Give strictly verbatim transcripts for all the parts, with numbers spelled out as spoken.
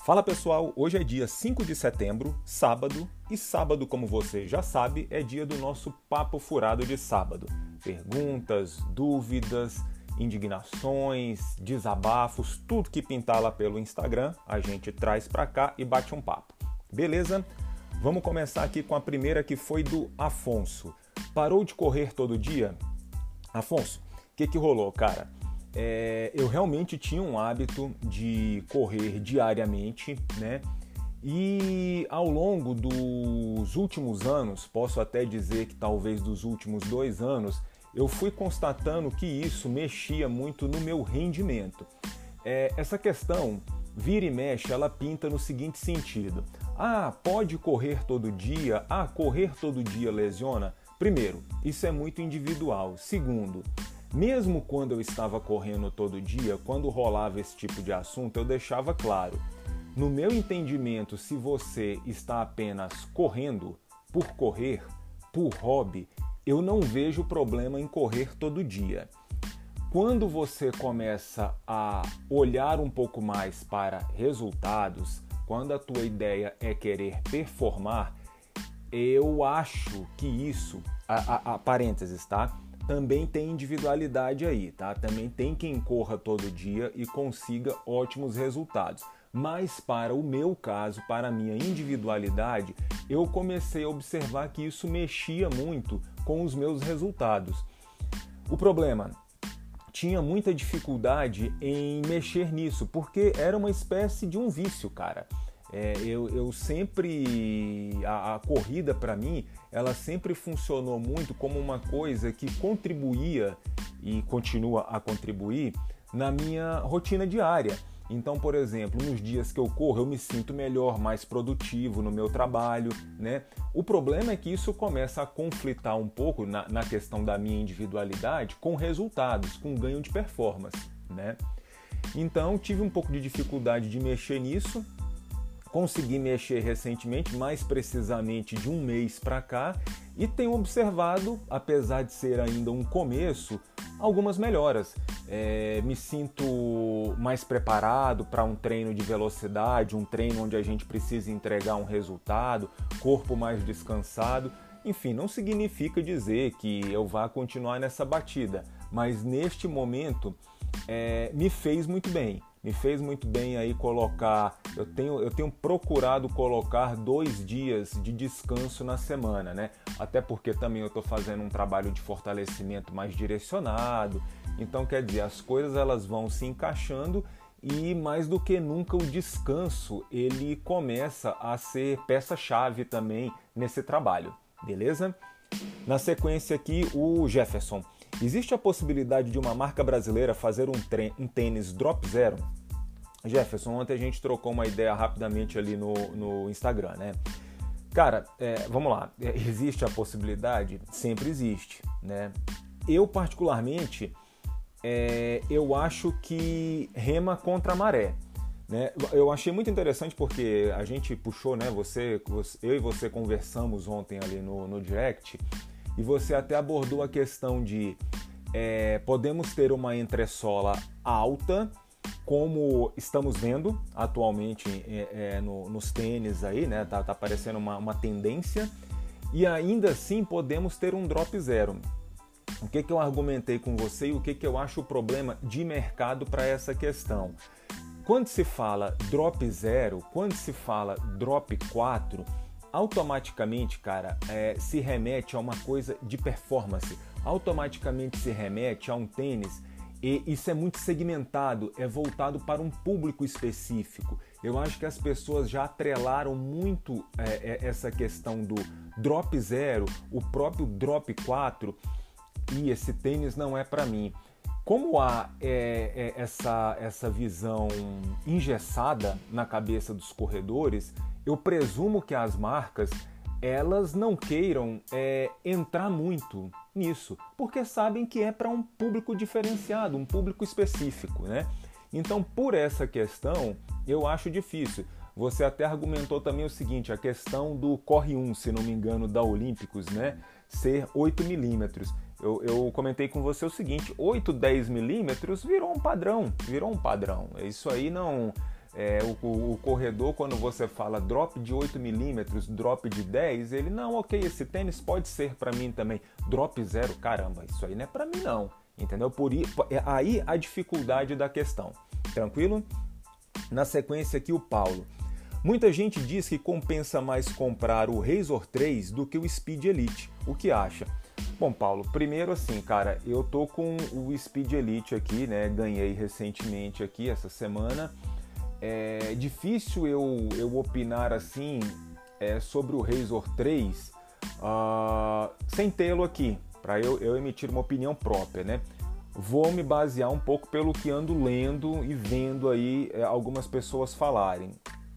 Fala pessoal, hoje é dia cinco de setembro, sábado, e sábado, como você já sabe, é dia do nosso Papo Furado de sábado. Perguntas, dúvidas, indignações, desabafos, tudo que pintar lá pelo Instagram, a gente traz pra cá e bate um papo. Beleza? Vamos começar aqui com a primeira que foi do Afonso. Parou de correr todo dia? Afonso, o que que rolou, cara? É, eu realmente tinha um hábito de correr diariamente, né? E ao longo dos últimos anos, posso até dizer que talvez dos últimos dois anos, eu fui constatando que isso mexia muito no meu rendimento. É, essa questão, vira e mexe, ela pinta no seguinte sentido. Ah, pode correr todo dia? Ah, correr todo dia lesiona? Primeiro, isso é muito individual. Segundo, mesmo quando eu estava correndo todo dia, quando rolava esse tipo de assunto, eu deixava claro. No meu entendimento, se você está apenas correndo, por correr, por hobby, eu não vejo problema em correr todo dia. Quando você começa a olhar um pouco mais para resultados, quando a tua ideia é querer performar, eu acho que isso, a, a, a parênteses, tá? Também tem individualidade aí, tá? Também tem quem corra todo dia e consiga ótimos resultados. Mas para o meu caso, para a minha individualidade, eu comecei a observar que isso mexia muito com os meus resultados. O problema, tinha muita dificuldade em mexer nisso, porque era uma espécie de um vício, cara. É, eu, eu sempre, a, a corrida para mim, ela sempre funcionou muito como uma coisa que contribuía e continua a contribuir na minha rotina diária. Então, por exemplo, nos dias que eu corro, eu me sinto melhor, mais produtivo no meu trabalho, né? O problema é que isso começa a conflitar um pouco na, na questão da minha individualidade com resultados, com ganho de performance, né? Então, tive um pouco de dificuldade de mexer nisso. Consegui mexer recentemente, mais precisamente de um mês para cá, e tenho observado, apesar de ser ainda um começo, algumas melhoras. É, me sinto mais preparado para um treino de velocidade, um treino onde a gente precisa entregar um resultado, corpo mais descansado. Enfim, não significa dizer que eu vá continuar nessa batida, mas neste momento é, me fez muito bem. Me fez muito bem aí colocar, eu tenho, eu tenho procurado colocar dois dias de descanso na semana, né? Até porque também eu estou fazendo um trabalho de fortalecimento mais direcionado. Então, quer dizer, as coisas elas vão se encaixando e mais do que nunca o descanso, ele começa a ser peça-chave também nesse trabalho, beleza? Na sequência aqui, o Jefferson. Existe a possibilidade de uma marca brasileira fazer um, tre- um tênis drop zero? Jefferson, ontem a gente trocou uma ideia rapidamente ali no, no Instagram, né? Cara, é, vamos lá, é, existe a possibilidade? Sempre existe, né? Eu, particularmente, é, eu acho que rema contra a maré, né? Eu achei muito interessante porque a gente puxou, né? Você, eu e você conversamos ontem ali no, no direct, e você até abordou a questão de é, podemos ter uma entressola alta, como estamos vendo atualmente é, é, no, nos tênis aí, né? Tá, tá aparecendo uma, uma tendência, e ainda assim podemos ter um drop zero. O que que eu argumentei com você e o que que eu acho o problema de mercado para essa questão? Quando se fala drop zero, quando se fala drop quatro, automaticamente, cara, é, se remete a uma coisa de performance, automaticamente se remete a um tênis, e isso é muito segmentado, é voltado para um público específico. Eu acho que as pessoas já atrelaram muito é, essa questão do drop zero, o próprio drop quatro, e esse tênis não é para mim. Como há é, é, essa, essa visão engessada na cabeça dos corredores, eu presumo que as marcas elas não queiram é, entrar muito nisso, porque sabem que é para um público diferenciado, um público específico, né? Então, por essa questão, eu acho difícil. Você até argumentou também o seguinte, a questão do Corre um, se não me engano, da Olímpicos, né? Ser oito milímetros. Eu, eu comentei com você o seguinte, oito, dez milímetros virou um padrão, virou um padrão. Isso aí não... É, o, o, o corredor, quando você fala drop de oito milímetros, drop de dez, ele, não, ok, esse tênis pode ser para mim também. Drop zero, caramba, isso aí não é para mim não, entendeu? Por aí a dificuldade da questão. Tranquilo? Na sequência aqui o Paulo. Muita gente diz que compensa mais comprar o Razor três do que o Speed Elite. O que acha? Bom, Paulo, primeiro assim, cara, eu tô com o Speed Elite aqui, né? Ganhei recentemente aqui, essa semana. É difícil eu, eu opinar assim é, sobre o Razor três uh, sem tê-lo aqui, para eu, eu emitir uma opinião própria, né? Vou me basear um pouco pelo que ando lendo e vendo aí é, algumas pessoas falarem.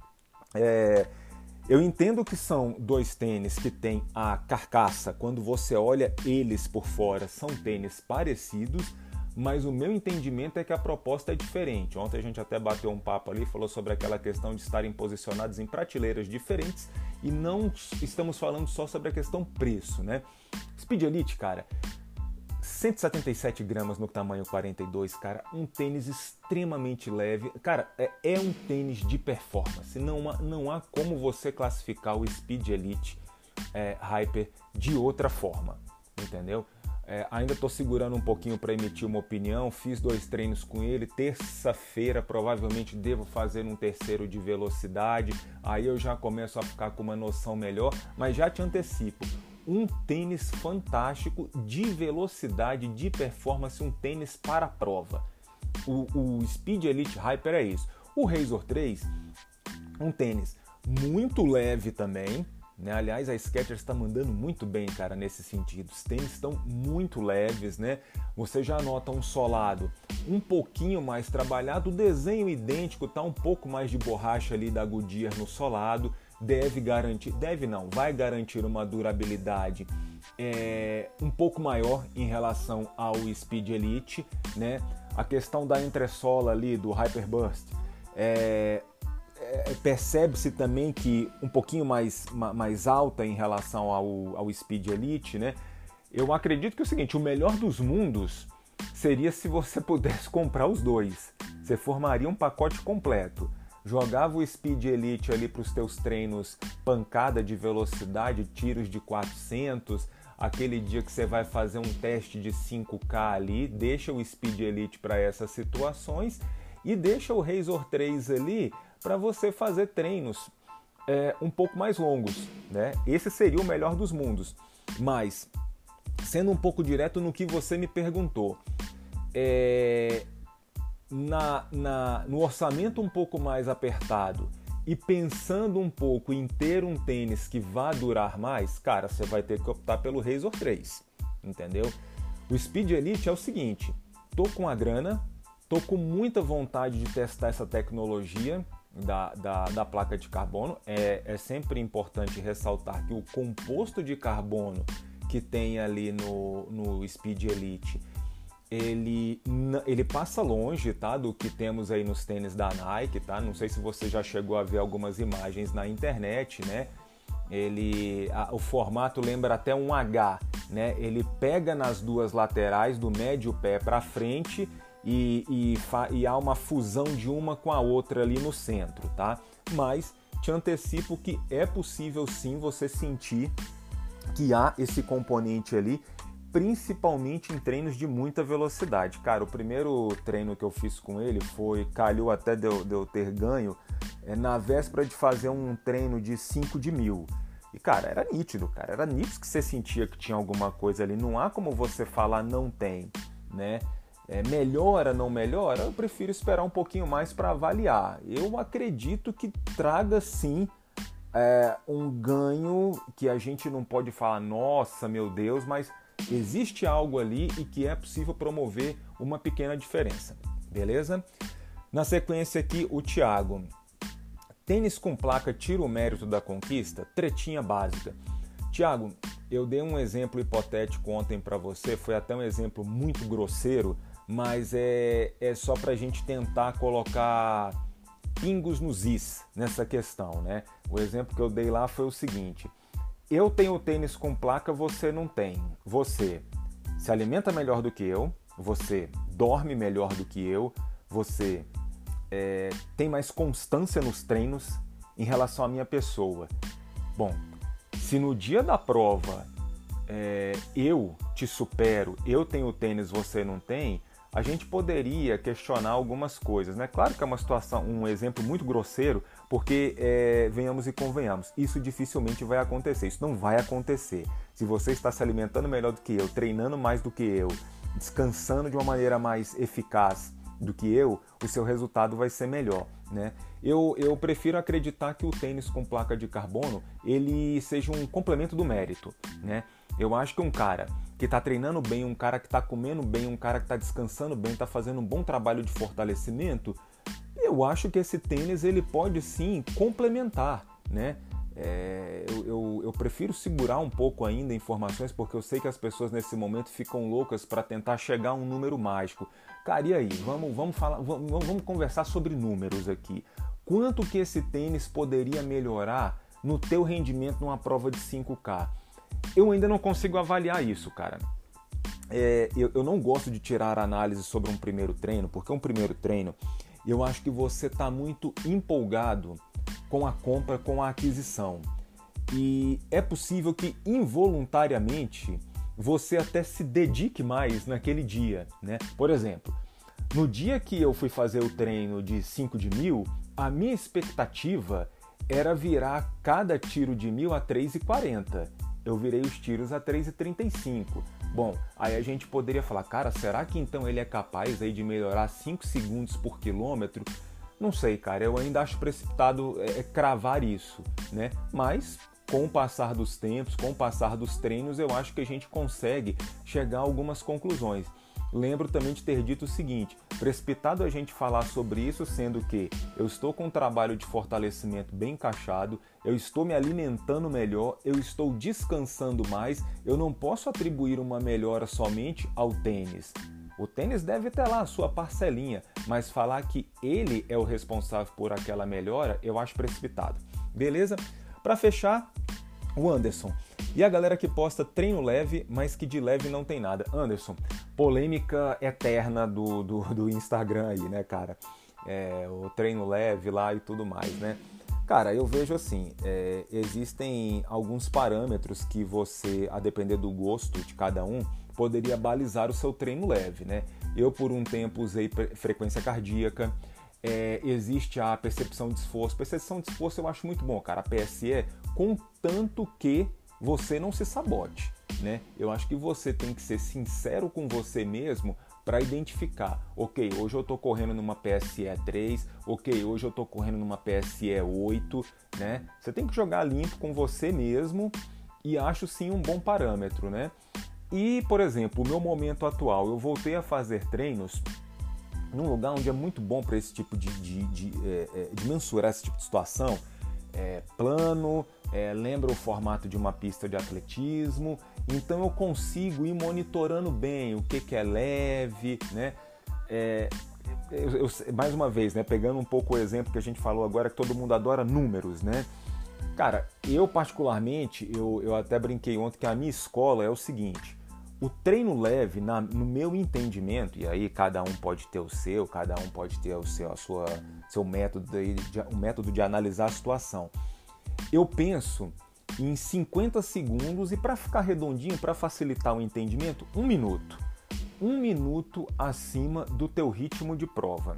É, eu entendo que são dois tênis que têm a carcaça, quando você olha eles por fora, são tênis parecidos, mas o meu entendimento é que a proposta é diferente. Ontem a gente até bateu um papo ali, falou sobre aquela questão de estarem posicionados em prateleiras diferentes e não estamos falando só sobre a questão preço, né? Speed Elite, cara, cento e setenta e sete gramas no tamanho quarenta e dois, cara, um tênis extremamente leve. Cara, é, é um tênis de performance. Não há, não há como você classificar o Speed Elite é, Hyper de outra forma, entendeu? É, ainda estou segurando um pouquinho para emitir uma opinião, fiz dois treinos com ele, terça-feira provavelmente devo fazer um terceiro de velocidade, aí eu já começo a ficar com uma noção melhor, mas já te antecipo, um tênis fantástico de velocidade, de performance, um tênis para a prova. O, o Speed Elite Hyper é isso. O Razor três, um tênis muito leve também, né? Aliás, a Skechers está mandando muito bem, cara, nesse sentido. Os tênis estão muito leves, né? Você já nota um solado um pouquinho mais trabalhado, o desenho idêntico, tá um pouco mais de borracha ali da Goodyear no solado, deve garantir, deve não, vai garantir uma durabilidade é, um pouco maior em relação ao Speed Elite, né? A questão da entressola ali, do Hyperburst, é, é, percebe-se também que um pouquinho mais, mais alta em relação ao, ao Speed Elite, né? Eu acredito que é o seguinte, o melhor dos mundos seria se você pudesse comprar os dois. Você formaria um pacote completo. Jogava o Speed Elite ali para os teus treinos, pancada de velocidade, tiros de quatrocentos, aquele dia que você vai fazer um teste de cinco K ali, deixa o Speed Elite para essas situações e deixa o Razor três ali para você fazer treinos é, um pouco mais longos, né? Esse seria o melhor dos mundos. Mas, sendo um pouco direto no que você me perguntou, é... Na, na, no orçamento um pouco mais apertado e pensando um pouco em ter um tênis que vá durar mais, cara, você vai ter que optar pelo Razor três, entendeu? O Speed Elite é o seguinte, tô com a grana, tô com muita vontade de testar essa tecnologia da, da, da placa de carbono, é, é sempre importante ressaltar que o composto de carbono que tem ali no, no Speed Elite, Ele, ele passa longe, tá, do que temos aí nos tênis da Nike, tá? Não sei se você já chegou a ver algumas imagens na internet, né? Ele, a, o formato lembra até um H, né? Ele pega nas duas laterais, do médio pé para frente e, e, fa, e há uma fusão de uma com a outra ali no centro, tá? Mas te antecipo que é possível sim você sentir que há esse componente ali, principalmente em treinos de muita velocidade. Cara, o primeiro treino que eu fiz com ele foi, calhou até de eu, de eu ter ganho, é, na véspera de fazer um treino de cinco de mil. E, cara, era nítido, cara, era nítido que você sentia que tinha alguma coisa ali. Não há como você falar não tem, né? É, melhora, não melhora? Eu prefiro esperar um pouquinho mais para avaliar. Eu acredito que traga, sim, é, um ganho que a gente não pode falar, nossa, meu Deus, mas existe algo ali e que é possível promover uma pequena diferença, beleza? Na sequência aqui, o Thiago. Tênis com placa tira o mérito da conquista? Tretinha básica. Thiago, eu dei um exemplo hipotético ontem para você, foi até um exemplo muito grosseiro, mas é, é só para a gente tentar colocar pingos nos is nessa questão, né? O exemplo que eu dei lá foi o seguinte: eu tenho tênis com placa, você não tem. Você se alimenta melhor do que eu, você dorme melhor do que eu, você é, tem mais constância nos treinos em relação à minha pessoa? Bom, se no dia da prova é, eu te supero, eu tenho tênis, você não tem, a gente poderia questionar algumas coisas, né? Claro que é uma situação, um exemplo muito grosseiro, porque é, venhamos e convenhamos, isso dificilmente vai acontecer, isso não vai acontecer. Se você está se alimentando melhor do que eu, treinando mais do que eu, descansando de uma maneira mais eficaz do que eu, o seu resultado vai ser melhor, né? Eu, eu prefiro acreditar que o tênis com placa de carbono ele seja um complemento do mérito, né? Eu acho que um cara que está treinando bem, um cara que está comendo bem, um cara que está descansando bem, está fazendo um bom trabalho de fortalecimento, eu acho que esse tênis ele pode sim complementar, né? É, eu, eu, eu prefiro segurar um pouco ainda informações porque eu sei que as pessoas nesse momento ficam loucas para tentar chegar a um número mágico. Cara, e aí? Vamos, vamos, falar, vamos, vamos conversar sobre números aqui. Quanto que esse tênis poderia melhorar no teu rendimento numa prova de cinco K? Eu ainda não consigo avaliar isso, cara. É, eu, eu não gosto de tirar análise sobre um primeiro treino, porque um primeiro treino, eu acho que você está muito empolgado com a compra, com a aquisição. E é possível que involuntariamente você até se dedique mais naquele dia, né? Por exemplo, no dia que eu fui fazer o treino de cinco de mil, a minha expectativa era virar cada tiro de mil a três e quarenta. Eu virei os tiros a três e trinta e cinco. Bom, aí a gente poderia falar, cara, será que então ele é capaz aí de melhorar cinco segundos por quilômetro? Não sei, cara, eu ainda acho precipitado é, cravar isso, né? Mas com o passar dos tempos, com o passar dos treinos, eu acho que a gente consegue chegar a algumas conclusões. Lembro também de ter dito o seguinte, precipitado a gente falar sobre isso, sendo que eu estou com um trabalho de fortalecimento bem encaixado, eu estou me alimentando melhor, eu estou descansando mais, eu não posso atribuir uma melhora somente ao tênis. O tênis deve ter lá a sua parcelinha, mas falar que ele é o responsável por aquela melhora, eu acho precipitado. Beleza? Para fechar, o Anderson. E a galera que posta treino leve, mas que de leve não tem nada. Anderson, polêmica eterna do, do, do Instagram aí, né, cara? É, o treino leve lá e tudo mais, né? Cara, eu vejo assim, é, existem alguns parâmetros que você, a depender do gosto de cada um, poderia balizar o seu treino leve, né? Eu, por um tempo, usei frequência cardíaca, é, existe a percepção de esforço. Percepção de esforço eu acho muito bom, cara, a P S E, contanto que você não se sabote, né? Eu acho que você tem que ser sincero com você mesmo para identificar, ok, hoje eu tô correndo numa P S E três, ok, hoje eu tô correndo numa P S E oito, né? Você tem que jogar limpo com você mesmo e acho sim um bom parâmetro, né? E, por exemplo, o meu momento atual, eu voltei a fazer treinos num lugar onde é muito bom para esse tipo de, de, de, é, de mensurar esse tipo de situação, é, plano, é, lembra o formato de uma pista de atletismo, então eu consigo ir monitorando bem o que, que é leve, né? É, eu, eu, mais uma vez, né, pegando um pouco o exemplo que a gente falou agora, que todo mundo adora números, né? Cara, eu particularmente, eu, eu até brinquei ontem que a minha escola é o seguinte, o treino leve, na, no meu entendimento, e aí cada um pode ter o seu, cada um pode ter o seu, a sua, seu método, de, de, o método de analisar a situação. Eu penso em cinquenta segundos e para ficar redondinho, para facilitar o entendimento, um minuto. Um minuto acima do teu ritmo de prova.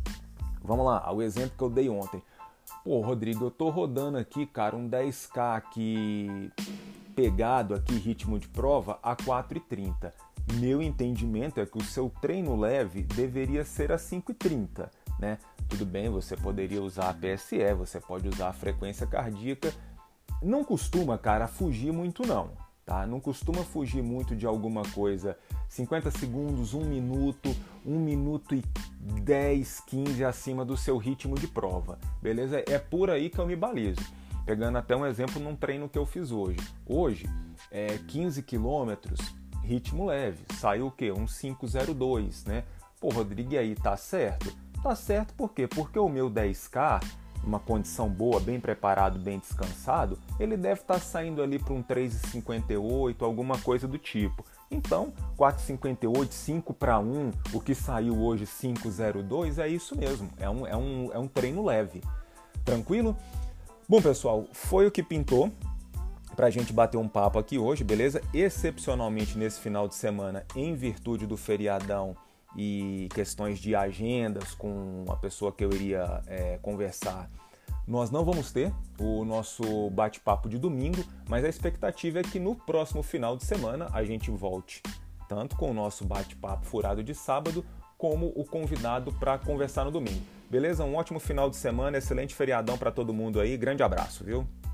Vamos lá, o exemplo que eu dei ontem. Pô, Rodrigo, eu tô rodando aqui, cara, um dez K aqui pegado aqui, ritmo de prova, a quatro e trinta. Meu entendimento é que o seu treino leve deveria ser a cinco e trinta, né? Tudo bem, você poderia usar a P S E, você pode usar a frequência cardíaca. Não costuma, cara, fugir muito não, tá? Não costuma fugir muito de alguma coisa. cinquenta segundos, um minuto, um minuto e dez, quinze acima do seu ritmo de prova, beleza? É por aí que eu me balizo. Pegando até um exemplo num treino que eu fiz hoje. Hoje, é quinze quilômetros, ritmo leve. Saiu o quê? Um cinco zero dois, né? Pô, Rodrigo, e aí, tá certo? Tá certo por quê? Porque o meu dez K, uma condição boa, bem preparado, bem descansado, ele deve estar saindo ali para um três e cinquenta e oito, alguma coisa do tipo. Então, quatro e cinquenta e oito, cinco para um, o que saiu hoje cinco zero dois, é isso mesmo, é um, é um, é um treino leve. Tranquilo? Bom, pessoal, foi o que pintou pra gente bater um papo aqui hoje, beleza? Excepcionalmente nesse final de semana, em virtude do feriadão e questões de agendas com a pessoa que eu iria é, conversar, nós não vamos ter o nosso bate-papo de domingo, mas a expectativa é que no próximo final de semana a gente volte tanto com o nosso bate-papo furado de sábado, como o convidado para conversar no domingo. Beleza? Um ótimo final de semana, excelente feriadão para todo mundo aí, grande abraço, viu?